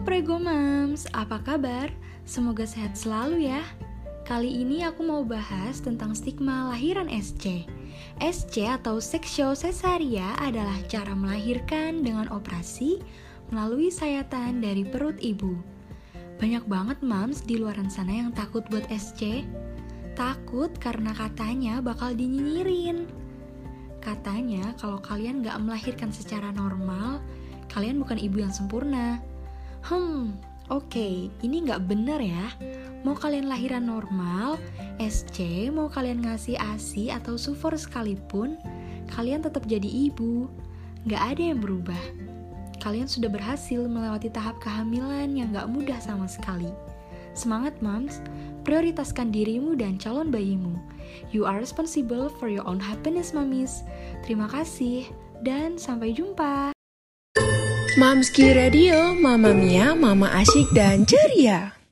Prego Moms, apa kabar? Semoga sehat selalu ya. Kali ini aku mau bahas tentang stigma lahiran SC. SC atau Seksio Cesaria adalah cara melahirkan dengan operasi melalui sayatan dari perut ibu. Banyak banget moms di luaran sana yang takut buat SC. Takut karena katanya bakal dinyinyirin. Katanya kalau kalian gak melahirkan secara normal, kalian bukan ibu yang sempurna. Oke, ini gak bener ya. Mau kalian lahiran normal, SC, mau kalian ngasih ASI atau sufor sekalipun, kalian tetap jadi ibu. Gak ada yang berubah. Kalian sudah berhasil melewati tahap kehamilan yang gak mudah sama sekali. Semangat moms, prioritaskan dirimu dan calon bayimu. You are responsible for your own happiness, mommies. Terima kasih, dan sampai jumpa. Mamski Radio, Mama Mia, Mama Asyik dan Ceria.